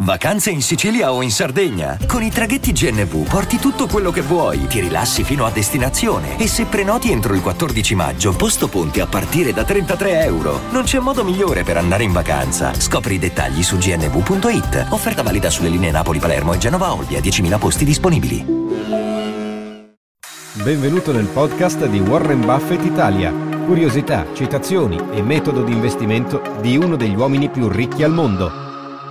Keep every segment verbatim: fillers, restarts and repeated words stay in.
Vacanze in Sicilia o in Sardegna? Con i traghetti G N V porti tutto quello che vuoi, ti rilassi fino a destinazione e se prenoti entro il quattordici maggio, posto ponti a partire da trentatré euro. Non c'è modo migliore per andare in vacanza. Scopri i dettagli su g n v punto i t. Offerta valida sulle linee Napoli-Palermo e Genova-Olbia, diecimila posti disponibili. Benvenuto nel podcast di Warren Buffett Italia. Curiosità, citazioni e metodo di investimento di uno degli uomini più ricchi al mondo.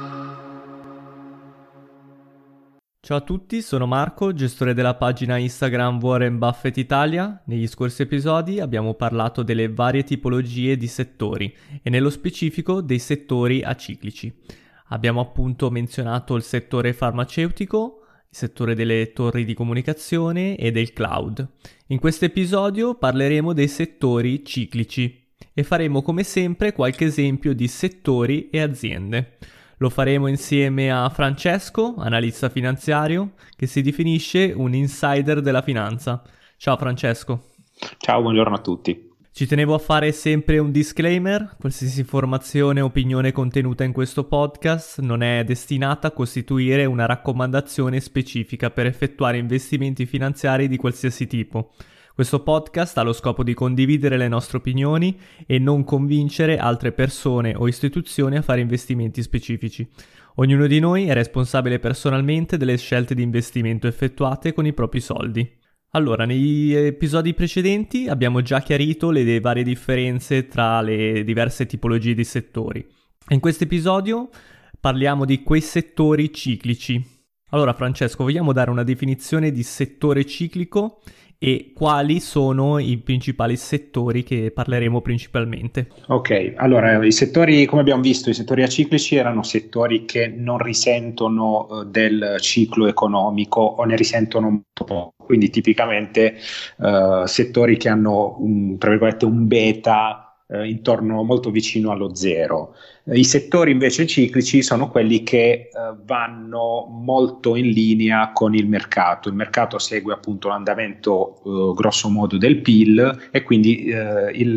Ciao a tutti, sono Marco, gestore della pagina Instagram Warren Buffett Italia. Negli scorsi episodi abbiamo parlato delle varie tipologie di settori e nello specifico dei settori aciclici. Abbiamo appunto menzionato il settore farmaceutico, il settore delle torri di comunicazione e del cloud. In questo episodio parleremo dei settori ciclici e faremo come sempre qualche esempio di settori e aziende. Lo faremo insieme a Francesco, analista finanziario, che si definisce un insider della finanza. Ciao Francesco. Ciao, buongiorno a tutti. Ci tenevo a fare sempre un disclaimer: qualsiasi informazione o opinione contenuta in questo podcast non è destinata a costituire una raccomandazione specifica per effettuare investimenti finanziari di qualsiasi tipo. Questo podcast ha lo scopo di condividere le nostre opinioni e non convincere altre persone o istituzioni a fare investimenti specifici. Ognuno di noi è responsabile personalmente delle scelte di investimento effettuate con i propri soldi. Allora, negli episodi precedenti abbiamo già chiarito le varie differenze tra le diverse tipologie di settori. In questo episodio parliamo di quei settori ciclici. Allora, Francesco, vogliamo dare una definizione di settore ciclico e quali sono i principali settori che parleremo principalmente? Ok, allora i settori, come abbiamo visto, i settori aciclici erano settori che non risentono uh, del ciclo economico o ne risentono molto poco, quindi tipicamente uh, settori che hanno un, tra virgolette, un beta intorno molto vicino allo zero. I settori invece ciclici sono quelli che uh, vanno molto in linea con il mercato. Il mercato segue appunto l'andamento uh, grosso modo del P I L e quindi uh, il,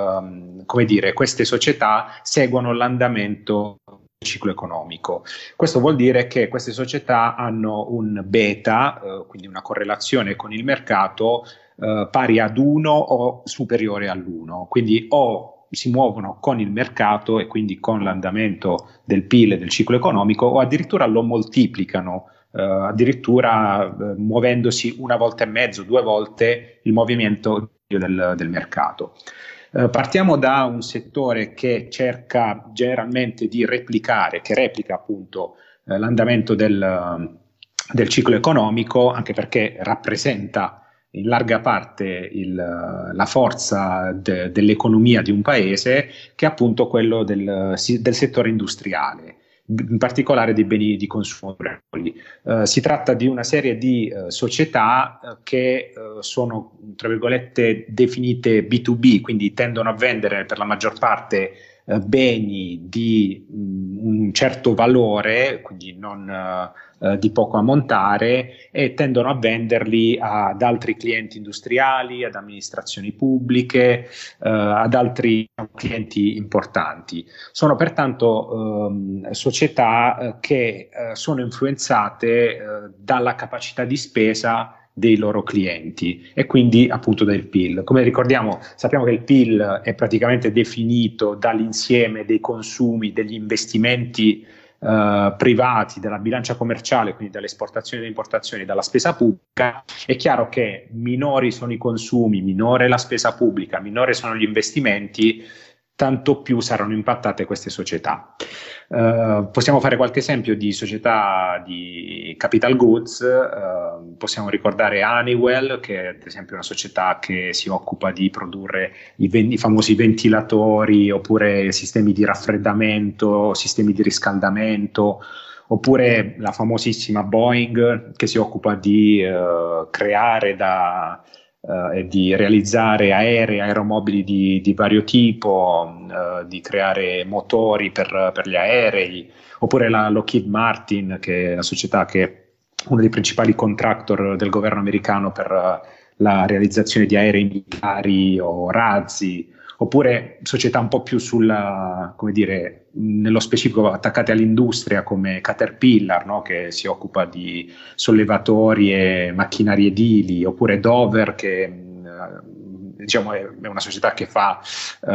uh, come dire, queste società seguono l'andamento del ciclo economico. Questo vuol dire che queste società hanno un beta, uh, quindi una correlazione con il mercato Uh, pari ad uno o superiore all'uno, quindi o si muovono con il mercato e quindi con l'andamento del P I L e del ciclo economico o addirittura lo moltiplicano, uh, addirittura uh, muovendosi una volta e mezzo, due volte il movimento del, del mercato. Uh, partiamo da un settore che cerca generalmente di replicare, che replica appunto uh, l'andamento del, uh, del ciclo economico, anche perché rappresenta in larga parte il, la forza de, dell'economia di un paese, che è appunto quello del, del settore industriale, in particolare dei beni di consumo durevoli. Uh, si tratta di una serie di uh, società uh, che uh, sono, tra virgolette, definite B due B, quindi tendono a vendere per la maggior parte uh, beni di um, un certo valore, quindi non uh, Uh, di poco ammontare, e tendono a venderli ad altri clienti industriali, ad amministrazioni pubbliche, uh, ad altri clienti importanti. Sono pertanto um, società uh, che uh, sono influenzate uh, dalla capacità di spesa dei loro clienti e quindi appunto del P I L. Come ricordiamo, sappiamo che il P I L è praticamente definito dall'insieme dei consumi, degli investimenti Uh, privati, dalla bilancia commerciale, quindi dalle esportazioni e dalle importazioni, dalla spesa pubblica. È chiaro che minori sono i consumi, minore la spesa pubblica, minore sono gli investimenti, tanto più saranno impattate queste società. Uh, possiamo fare qualche esempio di società di capital goods. Uh, possiamo ricordare Honeywell, che è ad esempio una società che si occupa di produrre i, ven- i famosi ventilatori, oppure sistemi di raffreddamento, sistemi di riscaldamento, oppure la famosissima Boeing, che si occupa di uh, creare da Uh, e di realizzare aerei, aeromobili di, di vario tipo, uh, di creare motori per, per gli aerei, oppure la Lockheed Martin, che è la società che è uno dei principali contractor del governo americano per, la realizzazione di aerei militari o razzi, oppure società un po' più sulla, come dire, nello specifico attaccate all'industria come Caterpillar, no? Che si occupa di sollevatori e macchinari edili, oppure Dover che diciamo è una società che fa uh,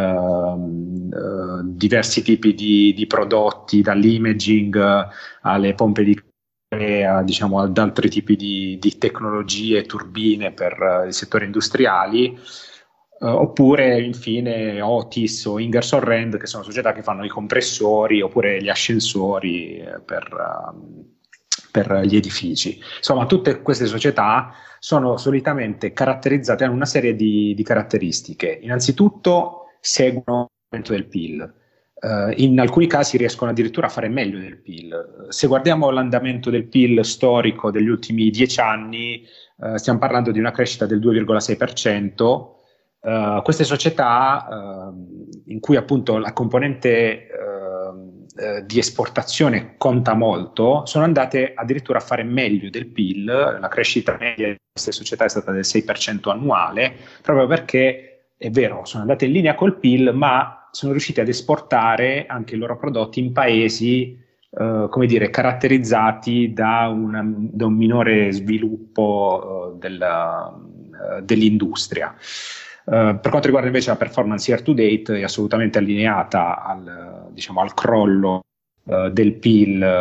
uh, diversi tipi di, di prodotti, dall'imaging uh, alle pompe di a, diciamo, ad altri tipi di, di tecnologie, turbine per uh, il settore industriali. Uh, oppure infine Otis o Ingersoll Rand, che sono società che fanno i compressori oppure gli ascensori eh, per, uh, per gli edifici. Insomma, tutte queste società sono solitamente caratterizzate da una serie di, di caratteristiche. Innanzitutto seguono l'aumento del P I L. Uh, in alcuni casi riescono addirittura a fare meglio del P I L. Se guardiamo l'andamento del P I L storico degli ultimi dieci anni, uh, stiamo parlando di una crescita del due virgola sei per cento. Uh, queste società uh, in cui appunto la componente uh, uh, di esportazione conta molto, sono andate addirittura a fare meglio del P I L. La crescita media di queste società è stata del sei per cento annuale, proprio perché è vero, sono andate in linea col P I L, ma sono riusciti ad esportare anche i loro prodotti in paesi uh, come dire, caratterizzati da, una, da un minore sviluppo uh, della, uh, dell'industria. Uh, per quanto riguarda invece la performance year to date, è assolutamente allineata al, diciamo, al crollo uh, del P I L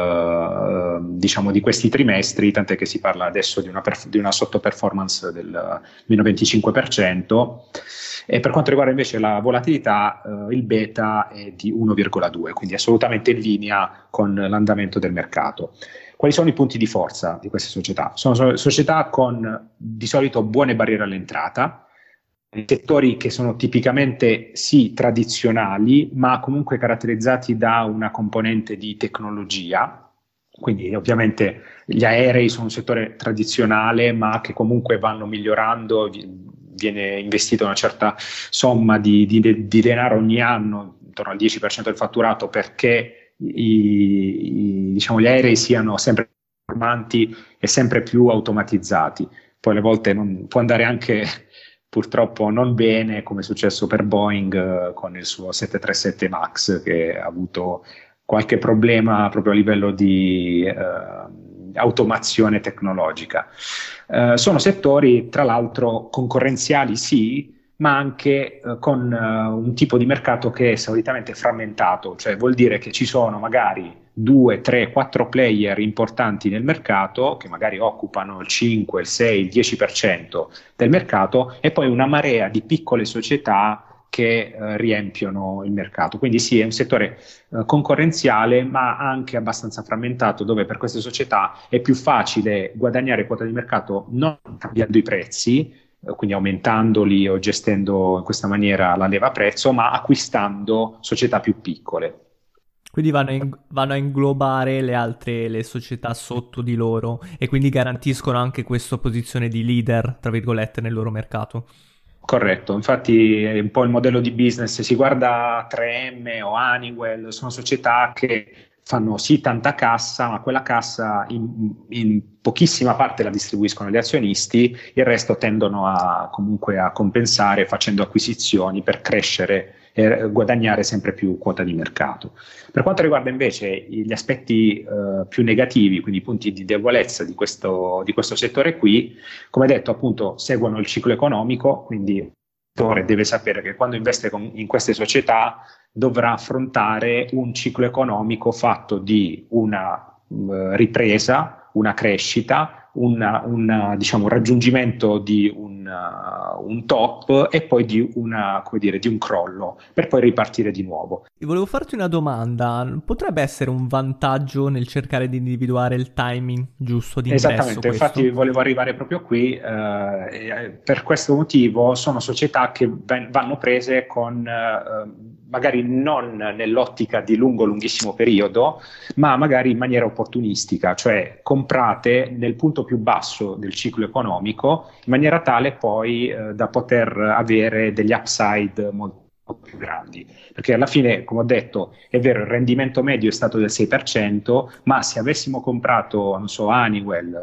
uh, diciamo, di questi trimestri, tant'è che si parla adesso di una, perf- di una sottoperformance del meno venticinque per cento. E per quanto riguarda invece la volatilità, uh, il beta è di uno virgola due, quindi assolutamente in linea con l'andamento del mercato. Quali sono i punti di forza di queste società? Sono so- società con di solito buone barriere all'entrata, settori che sono tipicamente sì tradizionali, ma comunque caratterizzati da una componente di tecnologia. Quindi ovviamente gli aerei sono un settore tradizionale, ma che comunque vanno migliorando, viene investito una certa somma di, di, di denaro ogni anno, intorno al dieci per cento del fatturato, perché i, i, diciamo, gli aerei siano sempre più performanti e sempre più automatizzati. Poi alle volte non, può andare anche purtroppo non bene, come è successo per Boeing uh, con il suo sette tre sette MAX, che ha avuto qualche problema proprio a livello di uh, automazione tecnologica. Uh, sono settori, tra l'altro, concorrenziali sì, ma anche uh, con uh, un tipo di mercato che è solitamente frammentato, cioè vuol dire che ci sono magari due, tre, quattro player importanti nel mercato che magari occupano il cinque, il sei, il dieci per cento del mercato, e poi una marea di piccole società che eh, riempiono il mercato. Quindi sì, è un settore eh, concorrenziale, ma anche abbastanza frammentato, dove per queste società è più facile guadagnare quota di mercato non cambiando i prezzi, eh, quindi aumentandoli o gestendo in questa maniera la leva prezzo, ma acquistando società più piccole. Quindi vanno, in, vanno a inglobare le altre le società sotto di loro e quindi garantiscono anche questa posizione di leader, tra virgolette, nel loro mercato. Corretto, infatti è un po' il modello di business. Si guarda tre M o Honeywell, sono società che fanno sì tanta cassa, ma quella cassa in, in pochissima parte la distribuiscono agli azionisti, il resto tendono a comunque a compensare facendo acquisizioni per crescere e guadagnare sempre più quota di mercato. Per quanto riguarda invece gli aspetti eh, più negativi, quindi i punti di debolezza di questo, di questo settore qui, come detto appunto seguono il ciclo economico, quindi il settore deve sapere che quando investe con, in queste società dovrà affrontare un ciclo economico fatto di una uh, ripresa, una crescita, una, una, diciamo, un raggiungimento di un, uh, un top e poi di, una, come dire, di un crollo, per poi ripartire di nuovo. E volevo farti una domanda, potrebbe essere un vantaggio nel cercare di individuare il timing giusto di ingresso? Esattamente, questo? Infatti volevo arrivare proprio qui, eh, per questo motivo sono società che ven- vanno prese con eh, magari non nell'ottica di lungo, lunghissimo periodo, ma magari in maniera opportunistica, cioè comprate nel punto più basso del ciclo economico, in maniera tale poi eh, da poter avere degli upside molto più grandi, perché alla fine, come ho detto, è vero, il rendimento medio è stato del sei per cento, ma se avessimo comprato, non so, Honeywell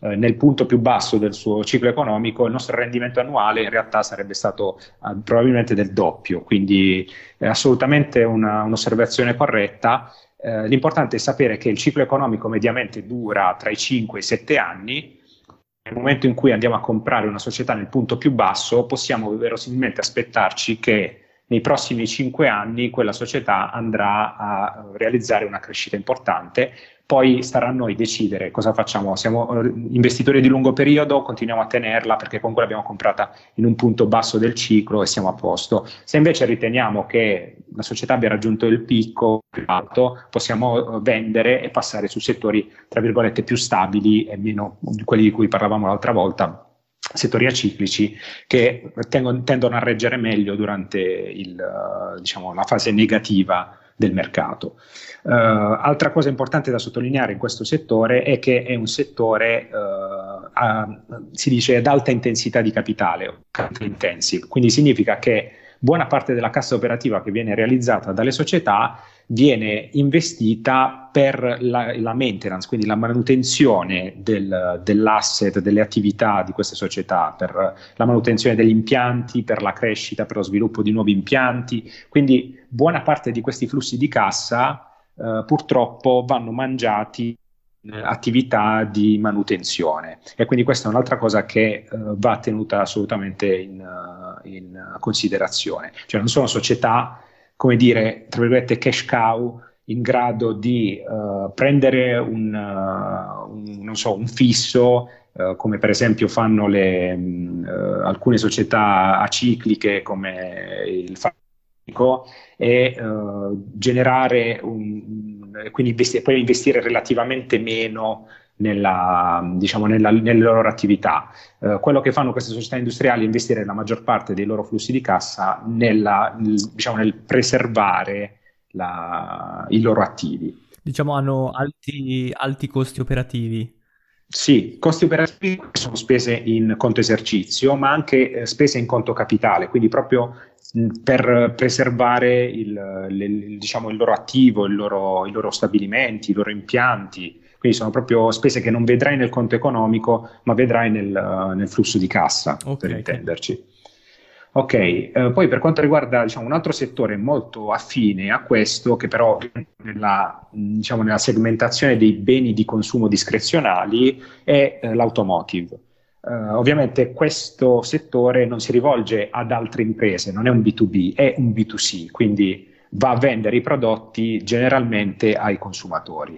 eh, nel punto più basso del suo ciclo economico, il nostro rendimento annuale in realtà sarebbe stato eh, probabilmente del doppio, quindi è assolutamente una, un'osservazione corretta. Eh, l'importante è sapere che il ciclo economico mediamente dura tra i cinque e i sette anni. Nel momento in cui andiamo a comprare una società nel punto più basso, possiamo verosimilmente aspettarci che nei prossimi cinque anni quella società andrà a realizzare una crescita importante. Poi starà a noi decidere cosa facciamo. Siamo investitori di lungo periodo, continuiamo a tenerla perché comunque l'abbiamo comprata in un punto basso del ciclo e siamo a posto. Se invece riteniamo che la società abbia raggiunto il picco più alto, possiamo vendere e passare su settori, tra virgolette, più stabili e meno di quelli di cui parlavamo l'altra volta, settori aciclici che tengono, tendono a reggere meglio durante il, diciamo, la fase negativa del mercato. Uh, altra cosa importante da sottolineare in questo settore è che è un settore uh, a, si dice ad alta intensità di capitale, capital intensive, quindi significa che buona parte della cassa operativa che viene realizzata dalle società viene investita per la, la maintenance, quindi la manutenzione del, dell'asset, delle attività di queste società, per la manutenzione degli impianti, per la crescita, per lo sviluppo di nuovi impianti. Quindi buona parte di questi flussi di cassa eh, purtroppo vanno mangiati in attività di manutenzione, e quindi questa è un'altra cosa che uh, va tenuta assolutamente in, uh, in considerazione. Cioè non sono società, come dire, tra virgolette, cash cow, in grado di uh, prendere un, uh, un, non so, un fisso, uh, come per esempio fanno le, uh, alcune società acicliche come il farmaco, e uh, generare un quindi investi- poi investire relativamente meno nella, diciamo, nella, nelle loro attività. Uh, quello che fanno queste società industriali è investire la maggior parte dei loro flussi di cassa nella, nel, diciamo, nel preservare la, i loro attivi. Diciamo hanno alti, alti costi operativi. Sì, costi operativi sono spese in conto esercizio, ma anche eh, spese in conto capitale, quindi proprio per preservare il, le, diciamo, il loro attivo, il loro, i loro stabilimenti, i loro impianti. Quindi sono proprio spese che non vedrai nel conto economico, ma vedrai nel, nel flusso di cassa, okay, per intenderci. Ok, eh, poi per quanto riguarda, diciamo, un altro settore molto affine a questo, che però nella, diciamo, nella segmentazione dei beni di consumo discrezionali, è eh, l'automotive. Uh, ovviamente questo settore non si rivolge ad altre imprese, non è un B due B, è un B due C, quindi va a vendere i prodotti generalmente ai consumatori.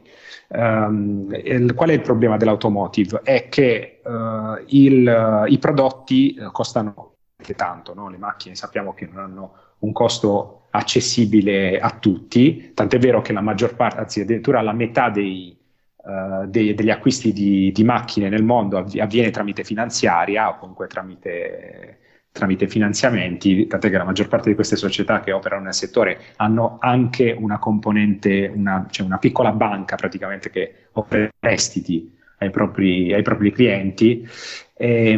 Um, il, qual è il problema dell'automotive? È che uh, il, uh, i prodotti uh, costano tanto, no? Le macchine sappiamo che non hanno un costo accessibile a tutti, tant'è vero che la maggior parte, anzi addirittura la metà dei Uh, de- degli acquisti di, di macchine nel mondo avv- avviene tramite finanziaria o comunque tramite, tramite finanziamenti, tant'è che la maggior parte di queste società che operano nel settore hanno anche una componente, una, cioè una piccola banca praticamente che offre prestiti ai propri, ai propri clienti, e,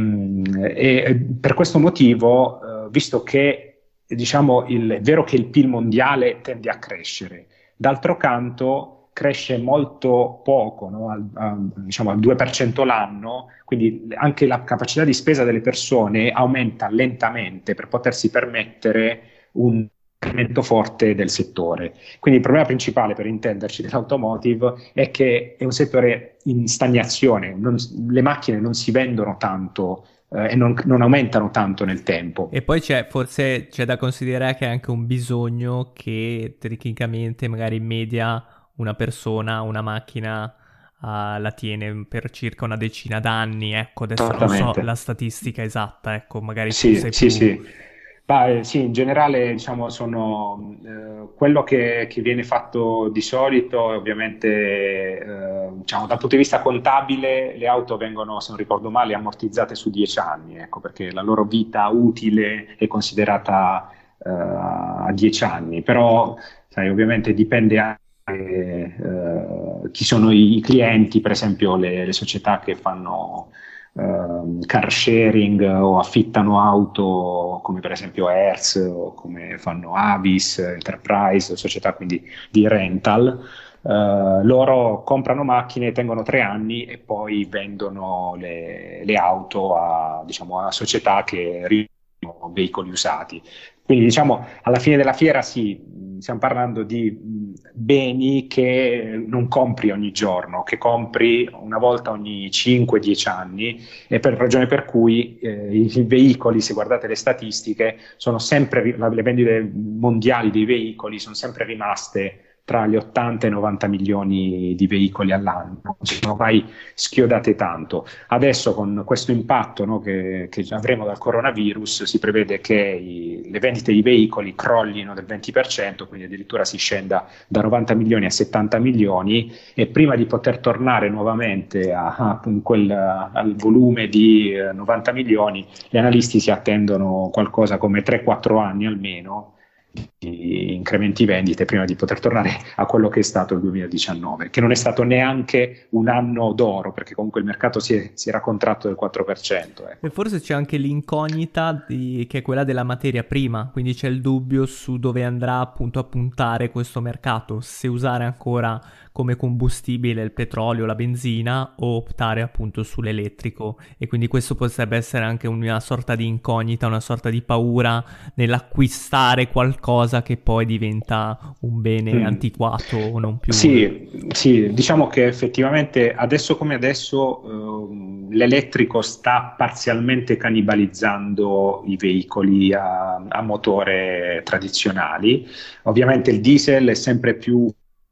e per questo motivo, uh, visto che diciamo il, è vero che il P I L mondiale tende a crescere, d'altro canto cresce molto poco, no? al, a, diciamo al due per cento l'anno, quindi anche la capacità di spesa delle persone aumenta lentamente per potersi permettere un incremento forte del settore. Quindi il problema principale, per intenderci, dell'automotive è che è un settore in stagnazione, non, le macchine non si vendono tanto eh, e non, non aumentano tanto nel tempo. E poi c'è, forse c'è da considerare che è anche un bisogno che tecnicamente magari in media una persona, una macchina uh, la tiene per circa una decina d'anni, ecco, adesso non so la statistica esatta, ecco, magari sì, tu sei sì, più... Sì, Beh, sì, in generale diciamo sono eh, quello che, che viene fatto di solito, ovviamente eh, diciamo dal punto di vista contabile le auto vengono, se non ricordo male, ammortizzate su dieci anni, ecco, perché la loro vita utile è considerata eh, a dieci anni, però sai, ovviamente dipende anche Eh, eh, chi sono i clienti, per esempio le, le società che fanno eh, car sharing o affittano auto, come per esempio Hertz o come fanno Avis, Enterprise, società quindi di rental. Uh, loro comprano macchine, tengono tre anni e poi vendono le, le auto a, diciamo, a società che rivendono veicoli usati. Quindi diciamo alla fine della fiera sì, stiamo parlando di mh, beni che non compri ogni giorno, che compri una volta ogni cinque dieci anni, e per ragione per cui eh, i, i veicoli, se guardate le statistiche, sono sempre, le vendite mondiali dei veicoli sono sempre rimaste tra gli ottanta e i novanta milioni di veicoli all'anno, non si sono mai schiodate tanto. Adesso con questo impatto, no, che, che avremo dal coronavirus, si prevede che i, le vendite di veicoli crollino del venti per cento, quindi addirittura si scenda da novanta milioni a settanta milioni, e prima di poter tornare nuovamente a, a quel, al volume di eh, novanta milioni, gli analisti si attendono qualcosa come tre quattro anni almeno di incrementi vendite prima di poter tornare a quello che è stato il duemiladiciannove, che non è stato neanche un anno d'oro, perché comunque il mercato si, è, si era contratto del quattro per cento. Ecco. E forse c'è anche l'incognita di, che è quella della materia prima, quindi c'è il dubbio su dove andrà appunto a puntare questo mercato, se usare ancora come combustibile il petrolio, la benzina, o optare appunto sull'elettrico, e quindi questo potrebbe essere anche una sorta di incognita, una sorta di paura nell'acquistare qualcosa che poi diventa un bene mm. antiquato o non più. Sì, sì, diciamo che effettivamente adesso come adesso eh, l'elettrico sta parzialmente cannibalizzando i veicoli a, a motore tradizionali. Ovviamente il diesel è sempre più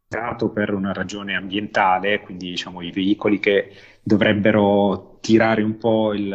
per una ragione ambientale, quindi diciamo i veicoli che dovrebbero tirare un po' il,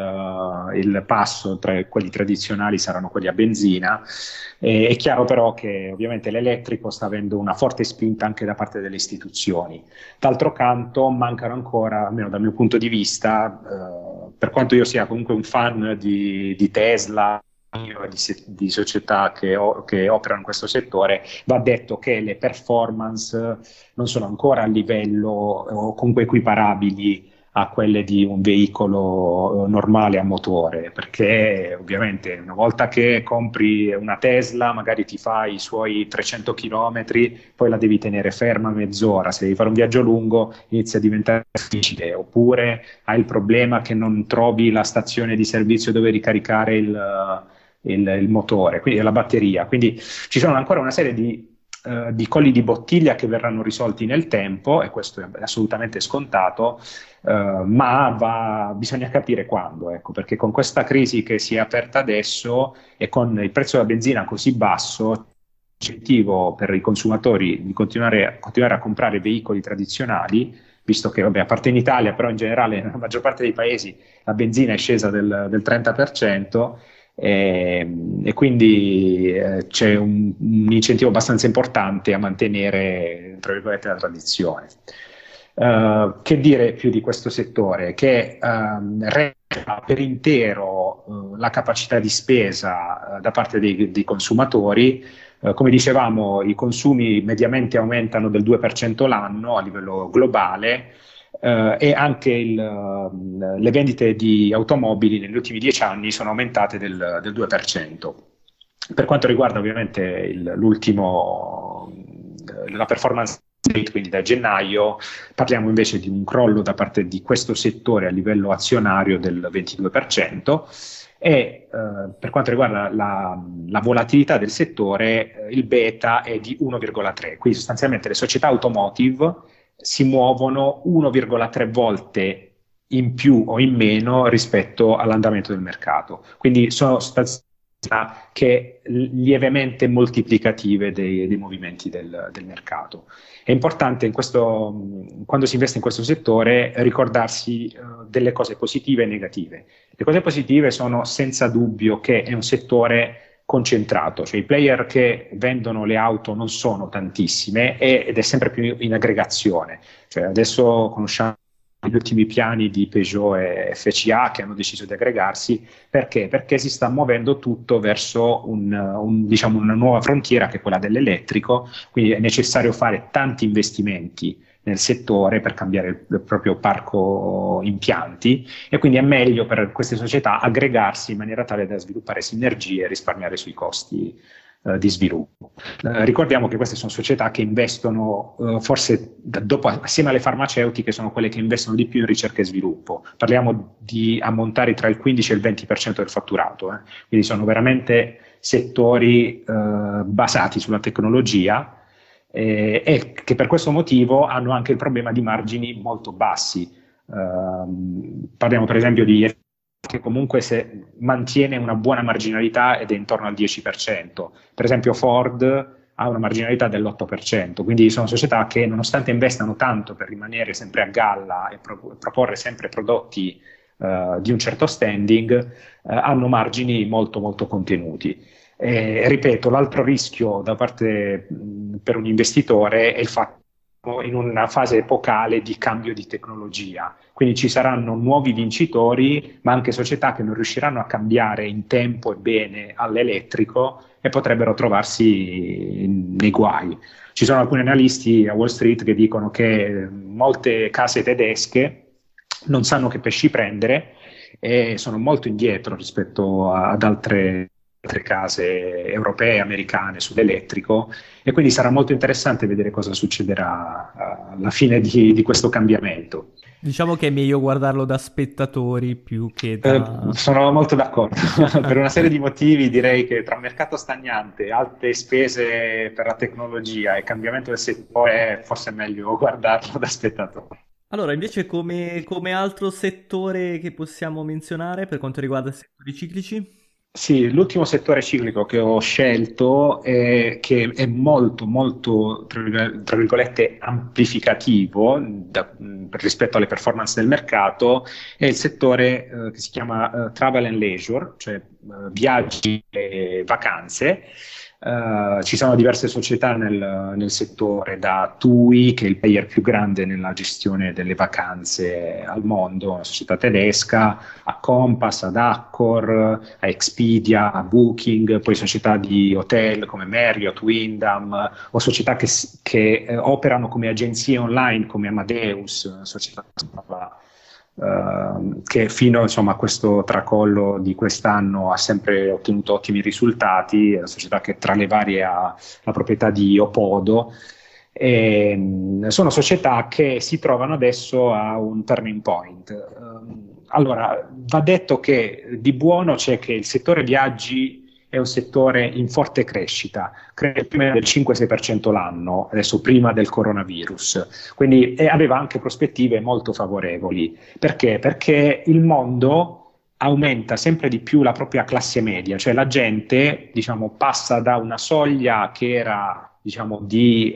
il passo tra quelli tradizionali saranno quelli a benzina. E, è chiaro però che ovviamente l'elettrico sta avendo una forte spinta anche da parte delle istituzioni. D'altro canto mancano ancora, almeno dal mio punto di vista, eh, per quanto io sia comunque un fan di, di Tesla, Di, di società che, o, che operano in questo settore, va detto che le performance non sono ancora a livello o comunque equiparabili a quelle di un veicolo normale a motore, perché ovviamente una volta che compri una Tesla magari ti fai i suoi trecento chilometri, poi la devi tenere ferma mezz'ora, se devi fare un viaggio lungo inizia a diventare difficile, oppure hai il problema che non trovi la stazione di servizio dove ricaricare il Il, il motore, quindi la batteria, quindi ci sono ancora una serie di, uh, di colli di bottiglia che verranno risolti nel tempo, e questo è assolutamente scontato, uh, ma va, bisogna capire quando, ecco, perché con questa crisi che si è aperta adesso e con il prezzo della benzina così basso, l'incentivo per i consumatori di continuare, continuare a comprare veicoli tradizionali, visto che vabbè, a parte in Italia, però in generale nella maggior parte dei paesi la benzina è scesa del, del trenta per cento, E, e quindi eh, c'è un, un incentivo abbastanza importante a mantenere, tra virgolette, la tradizione. Uh, che dire più di questo settore? Che um, reca per intero uh, la capacità di spesa uh, da parte dei, dei consumatori. Uh, come dicevamo, i consumi mediamente aumentano del due per cento l'anno a livello globale. Uh, e anche il, uh, le vendite di automobili negli ultimi dieci anni sono aumentate del, del due per cento. Per quanto riguarda ovviamente il, l'ultimo, la performance rate, quindi da gennaio, parliamo invece di un crollo da parte di questo settore a livello azionario del ventidue per cento. E uh, per quanto riguarda la, la volatilità del settore, uh, il beta è di uno virgola tre, quindi sostanzialmente le società automotive si muovono uno virgola tre volte in più o in meno rispetto all'andamento del mercato. Quindi sono statistiche che lievemente moltiplicative dei, dei movimenti del, del mercato. È importante in questo, quando si investe in questo settore, ricordarsi uh, delle cose positive e negative. Le cose positive sono senza dubbio che è un settore concentrato, cioè i player che vendono le auto non sono tantissime ed è sempre più in aggregazione, cioè adesso conosciamo gli ultimi piani di Peugeot e F C A che hanno deciso di aggregarsi. Perché? Perché si sta muovendo tutto verso un, un, diciamo una nuova frontiera che è quella dell'elettrico, quindi è necessario fare tanti investimenti nel settore per cambiare il, il proprio parco impianti, e quindi è meglio per queste società aggregarsi in maniera tale da sviluppare sinergie e risparmiare sui costi eh, di sviluppo. Eh, ricordiamo che queste sono società che investono, eh, forse da, dopo, assieme alle farmaceutiche, sono quelle che investono di più in ricerca e sviluppo. Parliamo di ammontari tra il quindici e il venti per cento del fatturato, eh. Quindi sono veramente settori eh, basati sulla tecnologia, eh, e che per questo motivo hanno anche il problema di margini molto bassi. Uh, parliamo per esempio di che comunque se mantiene una buona marginalità ed è intorno al dieci per cento. Per esempio Ford ha una marginalità dell'otto per cento, quindi sono società che nonostante investano tanto per rimanere sempre a galla e pro- proporre sempre prodotti uh, di un certo standing, uh, hanno margini molto molto contenuti. E, ripeto, l'altro rischio da parte mh, per un investitore è il fatto in una fase epocale di cambio di tecnologia, quindi ci saranno nuovi vincitori, ma anche società che non riusciranno a cambiare in tempo e bene all'elettrico e potrebbero trovarsi nei guai. Ci sono alcuni analisti a Wall Street che dicono che molte case tedesche non sanno che pesci prendere e sono molto indietro rispetto ad altre altre case europee, americane sull'elettrico, e quindi sarà molto interessante vedere cosa succederà alla fine di, di questo cambiamento. Diciamo che è meglio guardarlo da spettatori più che da... Eh, sono molto d'accordo. Per una serie di motivi direi che tra mercato stagnante, alte spese per la tecnologia e cambiamento del settore forse è meglio guardarlo da spettatore. Allora, invece come, come altro settore che possiamo menzionare per quanto riguarda i settori ciclici? Sì, l'ultimo settore ciclico che ho scelto è che è molto, molto, tra virgolette, amplificativo da, rispetto alle performance del mercato, è il settore eh, che si chiama uh, Travel and Leisure, cioè uh, viaggi e vacanze. Uh, ci sono diverse società nel, nel settore, da TUI, che è il player più grande nella gestione delle vacanze al mondo, una società tedesca, a Compass, ad Accor, a Expedia, a Booking, poi società di hotel come Marriott, Wyndham, o società che, che eh, operano come agenzie online come Amadeus, società Uh, che fino insomma, a questo tracollo di quest'anno ha sempre ottenuto ottimi risultati. È una società che tra le varie ha la proprietà di Opodo. E, um, sono società che si trovano adesso a un turning point. Uh, allora, va detto che di buono c'è che il settore viaggi è un settore in forte crescita, cresce più o meno del cinque sei per cento l'anno, adesso prima del coronavirus, quindi e aveva anche prospettive molto favorevoli. Perché? Perché il mondo aumenta sempre di più la propria classe media, cioè la gente, diciamo, passa da una soglia che era, diciamo, di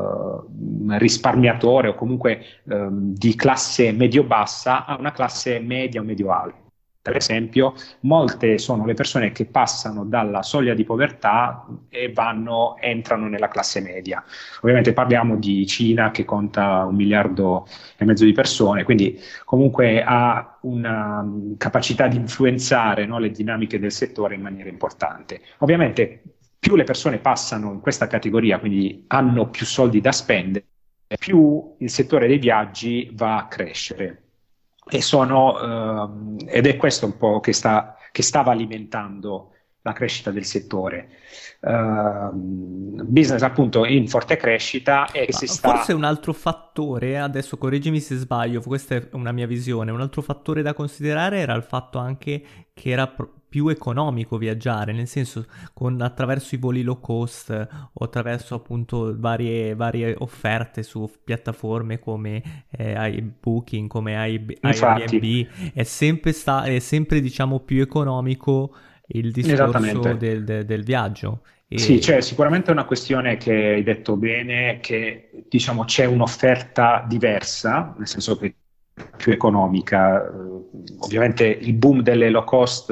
eh, risparmiatore o comunque eh, di classe medio-bassa a una classe media o medio-alta. Per esempio, molte sono le persone che passano dalla soglia di povertà e vanno, entrano nella classe media. Ovviamente parliamo di Cina, che conta un miliardo e mezzo di persone, quindi comunque ha una capacità di influenzare, no, le dinamiche del settore in maniera importante. Ovviamente più le persone passano in questa categoria, quindi hanno più soldi da spendere, più il settore dei viaggi va a crescere. E sono, uh, ed è questo un po' che, sta, che stava alimentando la crescita del settore. Uh, business appunto in forte crescita e si sta... Forse un altro fattore, adesso correggimi se sbaglio, questa è una mia visione, un altro fattore da considerare era il fatto anche che era pro- più economico viaggiare, nel senso con attraverso i voli low cost o attraverso appunto varie, varie offerte su piattaforme come eh, Booking, come Airbnb, è sempre, sta- è sempre diciamo più economico il discorso del, del, del viaggio. E... Sì, cioè sicuramente è una questione che hai detto bene, che diciamo c'è un'offerta diversa, nel senso che è più economica. Ovviamente il boom delle low cost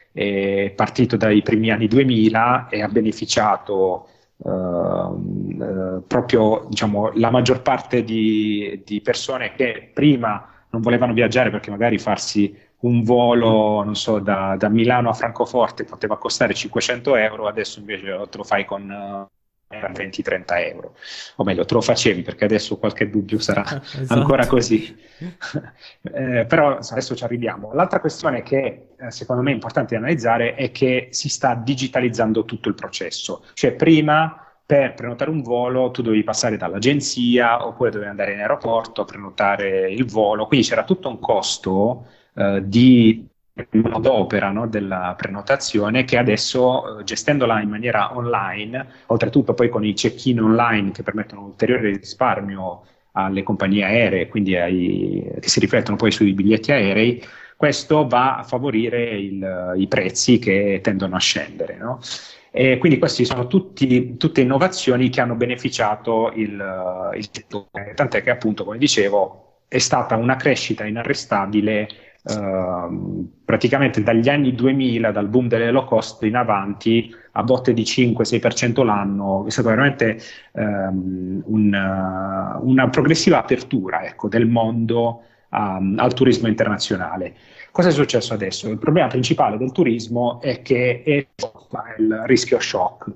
è partito dai primi anni duemila e ha beneficiato uh, uh, proprio diciamo, la maggior parte di, di persone che prima non volevano viaggiare perché magari farsi un volo, non so, da, da Milano a Francoforte poteva costare cinquecento euro, adesso invece te lo fai con uh, venti trenta euro, o meglio te lo facevi, perché adesso qualche dubbio sarà esatto. ancora così. eh, però adesso ci arriviamo. L'altra questione che eh, secondo me è importante analizzare è che si sta digitalizzando tutto il processo, cioè prima per prenotare un volo tu dovevi passare dall'agenzia oppure dovevi andare in aeroporto a prenotare il volo, quindi c'era tutto un costo eh, di d'opera, no, della prenotazione, che adesso eh, gestendola in maniera online, oltretutto poi con i check-in online che permettono un ulteriore risparmio alle compagnie aeree, quindi ai, che si riflettono poi sui biglietti aerei, questo va a favorire il, i prezzi che tendono a scendere, no? E quindi queste sono tutti, tutte innovazioni che hanno beneficiato il, il settore, tant'è che appunto, come dicevo, è stata una crescita inarrestabile Uh, praticamente dagli anni duemila, dal boom delle low cost in avanti, a botte di cinque sei per cento l'anno. È stata veramente um, una, una progressiva apertura, ecco, del mondo um, al turismo internazionale. Cosa è successo adesso? Il problema principale del turismo è che è il rischio shock.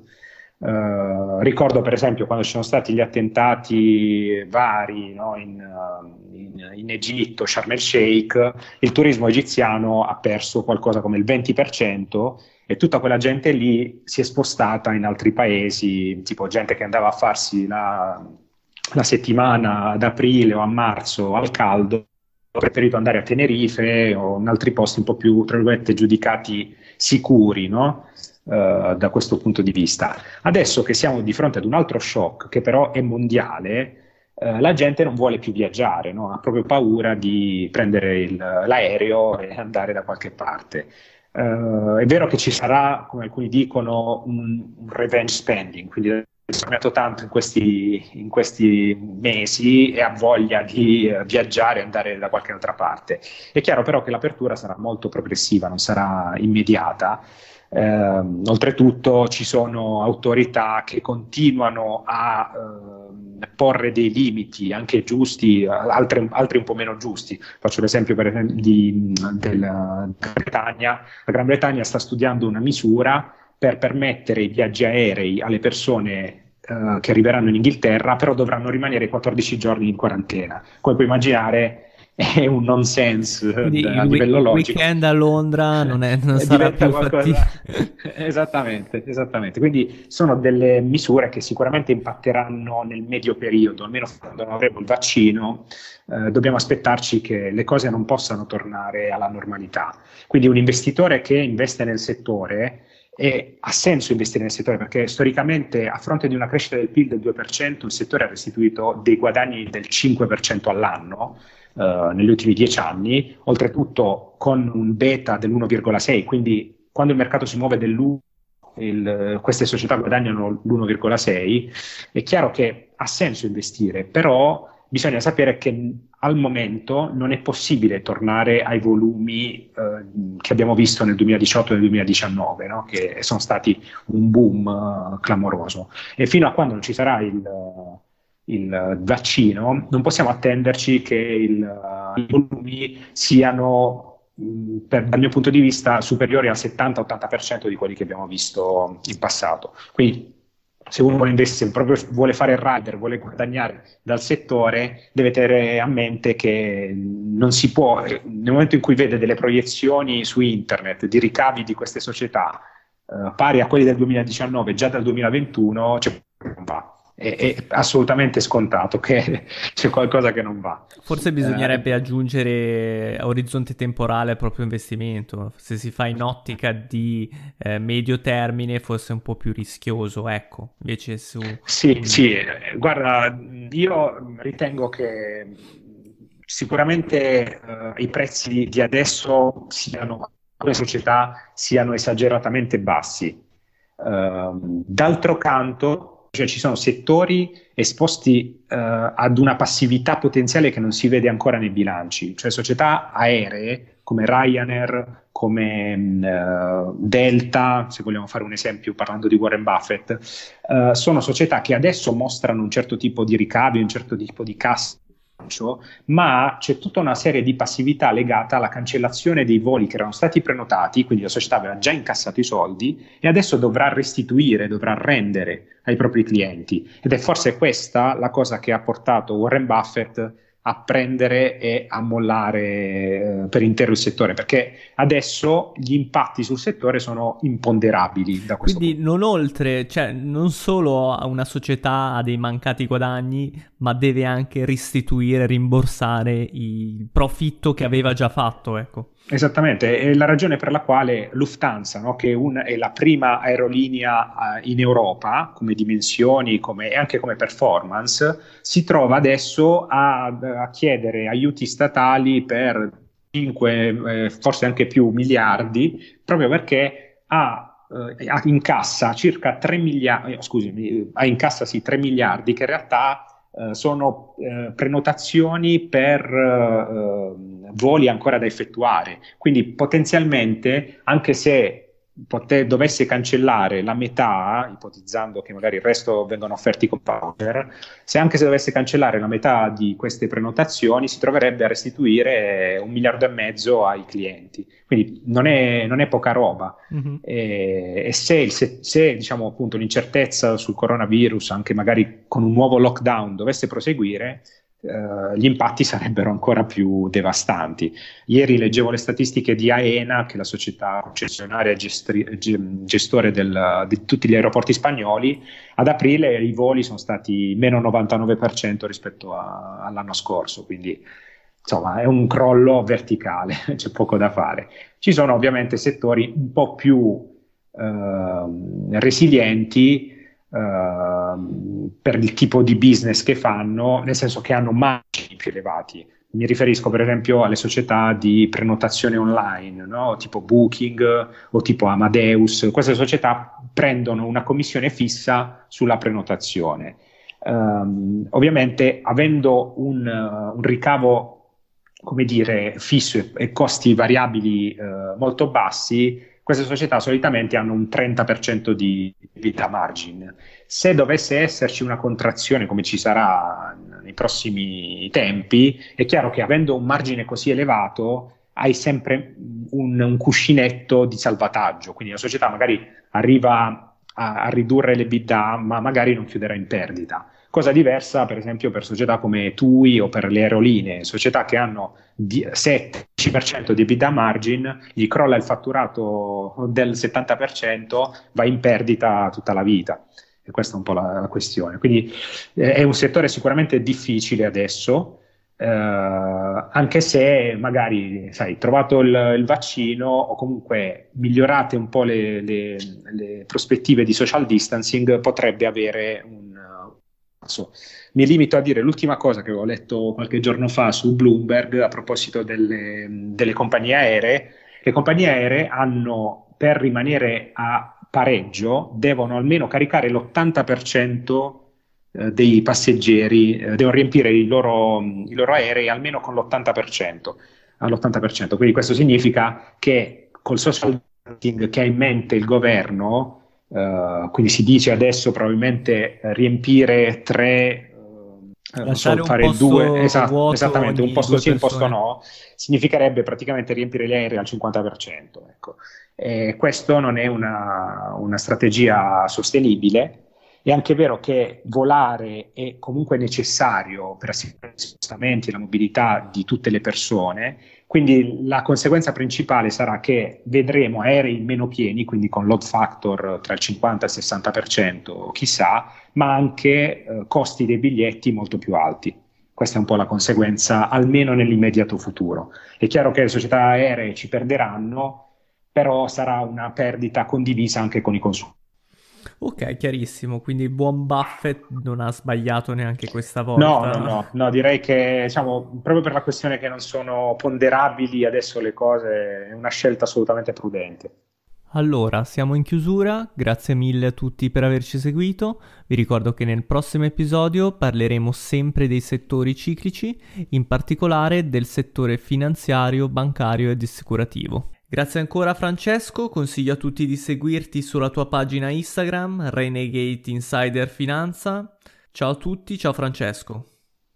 Uh, ricordo per esempio quando ci sono stati gli attentati vari, no, in, uh, in, in Egitto, Sharm el Sheikh, il turismo egiziano ha perso qualcosa come il venti per cento e tutta quella gente lì si è spostata in altri paesi, tipo gente che andava a farsi la, la settimana ad aprile o a marzo al caldo, ha preferito andare a Tenerife o in altri posti un po' più, tra virgolette, giudicati sicuri, no? Uh, da questo punto di vista. Adesso che siamo di fronte ad un altro shock che però è mondiale, uh, la gente non vuole più viaggiare, no? Ha proprio paura di prendere il, l'aereo e andare da qualche parte. Uh, è vero che ci sarà, come alcuni dicono, un, un revenge spending, quindi ha risparmiato tanto in questi, in questi mesi e ha voglia di uh, viaggiare e andare da qualche altra parte. È chiaro però che l'apertura sarà molto progressiva, non sarà immediata. Eh, oltretutto ci sono autorità che continuano a eh, porre dei limiti anche giusti, altri, altri un po' meno giusti. Faccio l'esempio per esempio di, della Gran Bretagna. La Gran Bretagna sta studiando una misura per permettere i viaggi aerei alle persone eh, che arriveranno in Inghilterra, però dovranno rimanere quattordici giorni in quarantena. Come puoi immaginare è un nonsense a livello logico. Il weekend a Londra non, è, non sarà più qualcosa... esattamente, esattamente. Quindi sono delle misure che sicuramente impatteranno nel medio periodo, almeno quando avremo il vaccino. Eh, dobbiamo aspettarci che le cose non possano tornare alla normalità. Quindi un investitore che investe nel settore, e ha senso investire nel settore perché storicamente, a fronte di una crescita del P I L del due per cento, il settore ha restituito dei guadagni del cinque per cento all'anno Uh, negli ultimi dieci anni, oltretutto con un beta dell'uno virgola sei, quindi quando il mercato si muove dell'uno, il, queste società guadagnano l'uno virgola sei. È chiaro che ha senso investire, però bisogna sapere che al momento non è possibile tornare ai volumi uh, che abbiamo visto nel duemiladiciotto e nel duemiladiciannove, no? Che sono stati un boom uh, clamoroso, e fino a quando non ci sarà il uh, il vaccino non possiamo attenderci che il, uh, i volumi siano mh, per, dal mio punto di vista superiori al settanta ottanta per cento di quelli che abbiamo visto in passato. Quindi se uno vuole investire, proprio vuole fare il rider, vuole guadagnare dal settore, deve tenere a mente che non si può, nel momento in cui vede delle proiezioni su internet di ricavi di queste società uh, pari a quelli del duemiladiciannove già dal duemilaventuno, cioè, non va. È, è assolutamente scontato che c'è qualcosa che non va. Forse bisognerebbe eh, aggiungere orizzonte temporale al proprio investimento. Se si fa in ottica di eh, medio termine, forse è un po' più rischioso, ecco. Invece su sì, sì, guarda, io ritengo che sicuramente uh, i prezzi di adesso siano, le società siano esageratamente bassi. Uh, d'altro canto, cioè ci sono settori esposti uh, ad una passività potenziale che non si vede ancora nei bilanci, cioè società aeree come Ryanair, come uh, Delta, se vogliamo fare un esempio parlando di Warren Buffett, uh, sono società che adesso mostrano un certo tipo di ricavi, un certo tipo di cassa ma c'è tutta una serie di passività legata alla cancellazione dei voli che erano stati prenotati, quindi la società aveva già incassato i soldi e adesso dovrà restituire, dovrà rendere ai propri clienti, ed è forse questa la cosa che ha portato Warren Buffett a prendere e a mollare eh, per intero il settore, perché adesso gli impatti sul settore sono imponderabili da questo Quindi punto. non oltre, cioè non solo una società ha dei mancati guadagni, ma deve anche restituire, rimborsare il profitto che aveva già fatto, ecco. Esattamente, è la ragione per la quale Lufthansa, no, che è, un, è la prima aerolinea uh, in Europa come dimensioni come, e anche come performance, si trova adesso a, a chiedere aiuti statali per cinque, eh, forse anche più miliardi, proprio perché ha, eh, ha in cassa circa tre miliardi, eh, scusami, ha in cassa sì tre miliardi che in realtà Uh, sono uh, prenotazioni per uh, voli ancora da effettuare, quindi potenzialmente, anche se pote- dovesse cancellare la metà, ipotizzando che magari il resto vengono offerti con voucher, se anche se dovesse cancellare la metà di queste prenotazioni si troverebbe a restituire un miliardo e mezzo ai clienti, quindi non è, non è poca roba. Mm-hmm. e, e se, il, se, se diciamo appunto l'incertezza sul coronavirus, anche magari con un nuovo lockdown, dovesse proseguire, Uh, gli impatti sarebbero ancora più devastanti. Ieri leggevo le statistiche di AENA, che è la società concessionaria e gestri- gestore del, di tutti gli aeroporti spagnoli. Ad aprile i voli sono stati meno novantanove per cento rispetto a, all'anno scorso, quindi insomma è un crollo verticale, c'è poco da fare. Ci sono ovviamente settori un po' più uh, resilienti Uh, per il tipo di business che fanno, nel senso che hanno margini più elevati. Mi riferisco per esempio alle società di prenotazione online, no? Tipo Booking o tipo Amadeus. Queste società prendono una commissione fissa sulla prenotazione. Um, ovviamente avendo un, uh, un ricavo, come dire, fisso e, e costi variabili uh, molto bassi, queste società solitamente hanno un trenta per cento di EBITDA margin. Se dovesse esserci una contrazione, come ci sarà nei prossimi tempi, è chiaro che avendo un margine così elevato hai sempre un, un cuscinetto di salvataggio, quindi la società magari arriva a, a ridurre l'EBITDA, ma magari non chiuderà in perdita. Cosa diversa per esempio per società come TUI o per le aerolinee, società che hanno sette per cento di EBITDA margin, gli crolla il fatturato del settanta per cento, va in perdita tutta la vita. E questa è un po' la, la questione. Quindi eh, è un settore sicuramente difficile adesso, eh, anche se magari, sai, trovato il, il vaccino o comunque migliorate un po' le, le, le prospettive di social distancing, potrebbe avere un Mi limito a dire l'ultima cosa che avevo letto qualche giorno fa su Bloomberg a proposito delle, delle compagnie aeree. Le compagnie aeree hanno, per rimanere a pareggio, devono almeno caricare l'ottanta per cento dei passeggeri, eh, devono riempire i loro, i loro aerei almeno con l'ottanta per cento, all'ottanta per cento. Quindi questo significa che col social distancing che ha in mente il governo, Uh, quindi si dice adesso probabilmente uh, riempire tre, uh, non so, fare due, esatto, esattamente, un posto sì, un posto no, significherebbe praticamente riempire gli aerei al cinquanta per cento. Ecco. E questo non è una, una strategia sostenibile. È anche vero che volare è comunque necessario per assicurare gli spostamenti e la mobilità di tutte le persone, quindi la conseguenza principale sarà che vedremo aerei meno pieni, quindi con load factor tra il cinquanta e il sessanta per cento, chissà, ma anche eh, costi dei biglietti molto più alti. Questa è un po' la conseguenza, almeno nell'immediato futuro. È chiaro che le società aeree ci perderanno, però sarà una perdita condivisa anche con i consumatori. Ok, chiarissimo, quindi il buon Buffett non ha sbagliato neanche questa volta. No, no, no, no, direi che diciamo, proprio per la questione che non sono ponderabili adesso le cose, è una scelta assolutamente prudente. Allora, siamo in chiusura, grazie mille a tutti per averci seguito, vi ricordo che nel prossimo episodio parleremo sempre dei settori ciclici, in particolare del settore finanziario, bancario ed assicurativo. Grazie ancora Francesco, consiglio a tutti di seguirti sulla tua pagina Instagram, Renegade Insider Finanza. Ciao a tutti, ciao Francesco.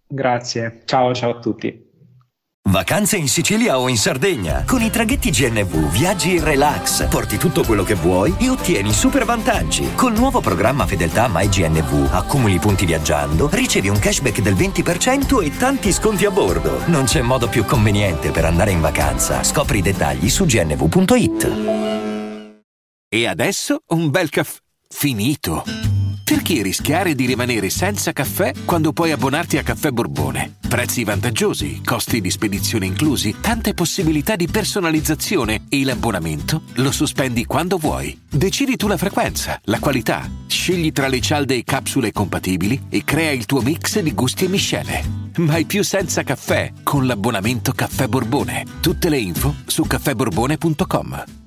Grazie, ciao ciao a tutti. Vacanze in Sicilia o in Sardegna. Con i traghetti G N V viaggi in relax, porti tutto quello che vuoi e ottieni super vantaggi. Col nuovo programma Fedeltà MyGNV accumuli punti viaggiando, ricevi un cashback del venti per cento e tanti sconti a bordo. Non c'è modo più conveniente per andare in vacanza. Scopri i dettagli su g n v punto i t. E adesso un bel caffè finito. Perché rischiare di rimanere senza caffè quando puoi abbonarti a Caffè Borbone? Prezzi vantaggiosi, costi di spedizione inclusi, tante possibilità di personalizzazione e l'abbonamento lo sospendi quando vuoi. Decidi tu la frequenza, la qualità, scegli tra le cialde e capsule compatibili e crea il tuo mix di gusti e miscele. Mai più senza caffè con l'abbonamento Caffè Borbone. Tutte le info su caffè borbone punto com.